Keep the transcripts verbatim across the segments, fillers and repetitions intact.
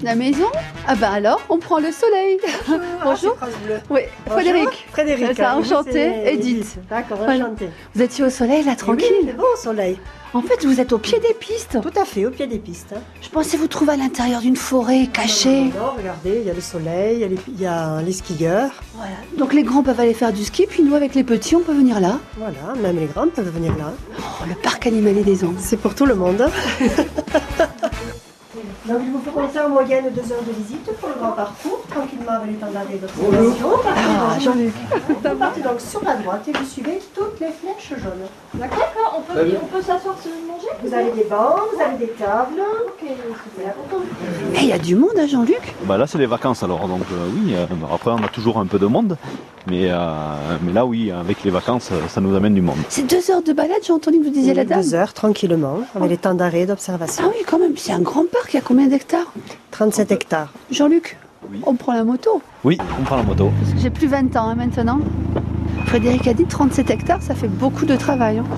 La maison? Ah ben alors, on prend le soleil. Bonjour. Bonjour. Ah, c'est Oui, Bonjour. Frédéric. Frédéric. Ça, hein, enchanté, c'est Edith. D'accord, Voilà. enchanté. Vous étiez au soleil là, Oui, tranquille? c'est beau au soleil. En fait, vous êtes au pied des pistes. Tout à fait, au pied des pistes. hein. Je pensais vous trouver à l'intérieur d'une forêt cachée. Non, non, non, regardez, il y a le soleil, il y a les, il y a les skieurs. Voilà. Donc les grands peuvent aller faire du ski, puis nous avec les petits, on peut venir là. Voilà, même les grands peuvent venir là. Oh, le parc animalier des Andes. C'est pour tout le monde. Donc il vous faut compter en moyenne deux heures de visite pour le grand parcours, tranquillement avec les temps d'arrêt d'observation. Ah, Jean-Luc. Vous partez donc sur la droite et vous suivez toutes les flèches jaunes. D'accord? D'accord, on peut, on peut s'asseoir sur le manger? Vous avez des bancs, vous avez des tables. Ok, super. Mais il y a du monde, hein, Jean-Luc? Bah là c'est les vacances alors, donc euh, oui, euh, après on a toujours un peu de monde, mais, euh, mais là oui, avec les vacances, ça nous amène du monde. C'est deux heures de balade, j'ai entendu que vous disiez la dame. Deux heures tranquillement, avec les temps d'arrêt d'observation. Ah oui, quand même, c'est un grand parc, il y a combien d'hectares? trente-sept hectares. Jean-Luc, Oui. on prend la moto. Oui, on prend la moto. Parce que j'ai plus vingt ans hein, maintenant. Frédéric a dit trente-sept hectares, ça fait beaucoup de travail. hein.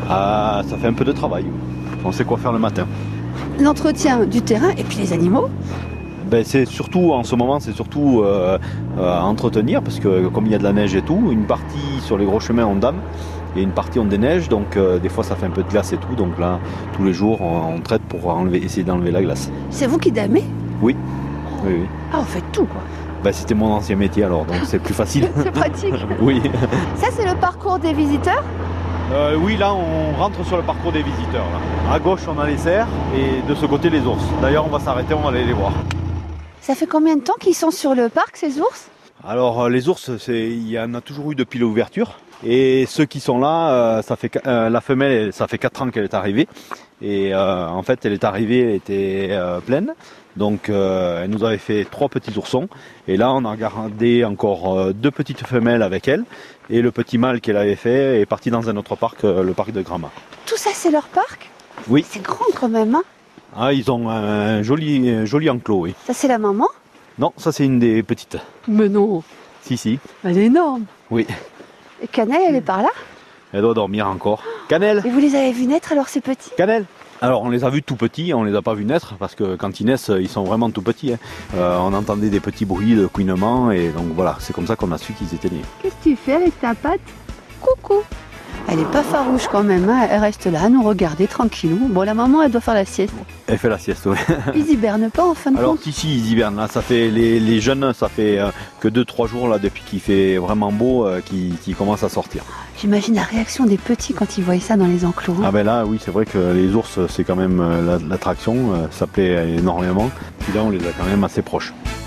Ah, ça fait un peu de travail. On sait quoi faire le matin. L'entretien du terrain et puis les animaux. Ben, c'est surtout, en ce moment, c'est surtout euh, euh, à entretenir, parce que comme il y a de la neige et tout, une partie sur les gros chemins on dame, et une partie on déneige, donc euh, des fois ça fait un peu de glace et tout, donc là, tous les jours, on, on traite pour enlever, essayer d'enlever la glace. C'est vous qui damez? Oui, oui, oui. Ah, vous faites tout quoi. Ben, c'était mon ancien métier alors, donc c'est plus facile. C'est pratique. Oui. Ça, c'est le parcours des visiteurs. Euh, oui, là on rentre sur le parcours des visiteurs. Là. À gauche on a les cerfs et de ce côté les ours. D'ailleurs on va s'arrêter, on va aller les voir. Ça fait combien de temps qu'ils sont sur le parc, ces ours? Alors euh, les ours, c'est, il y en a toujours eu depuis l'ouverture. Et ceux qui sont là, euh, ça fait euh, la femelle, ça fait quatre ans qu'elle est arrivée. Et euh, en fait elle est arrivée, elle était euh, pleine. Donc euh, elle nous avait fait trois petits oursons. Et là on a gardé encore euh, deux petites femelles avec elle. Et le petit mâle qu'elle avait fait est parti dans un autre parc, euh, le parc de Grama. Tout ça, c'est leur parc? Oui. C'est grand quand même, hein? Ah, ils ont un joli, un joli enclos, oui. Ça, c'est la maman? Non, ça c'est une des petites. Mais non, Si, si, elle est énorme. oui. Et Cannelle, elle est par là? Elle doit dormir encore. Cannelle Et vous les avez vus naître alors, ces petits? Cannelle Alors on les a vus tout petits, on les a pas vus naître, parce que quand ils naissent, ils sont vraiment tout petits. hein. Euh, on entendait des petits bruits de couinement, et donc voilà, c'est comme ça qu'on a su qu'ils étaient nés. Qu'est-ce que tu fais avec ta patte? Coucou. Elle est pas farouche quand même, hein. Elle reste là à nous regarder tranquillou. Bon, la maman, elle doit faire la sieste. Elle fait la sieste, oui. Ils hibernent pas en fin de Alors compte. ici ils hibernent, là, ça fait les, les jeunes, ça fait euh, que deux trois jours là depuis qu'il fait vraiment beau, euh, qu'ils qu'ils commencent à sortir. J'imagine la réaction des petits quand ils voient ça dans les enclos. hein. Ah ben là oui c'est vrai que les ours c'est quand même euh, la- l'attraction, euh, ça plaît énormément. Puis là on les a quand même assez proches.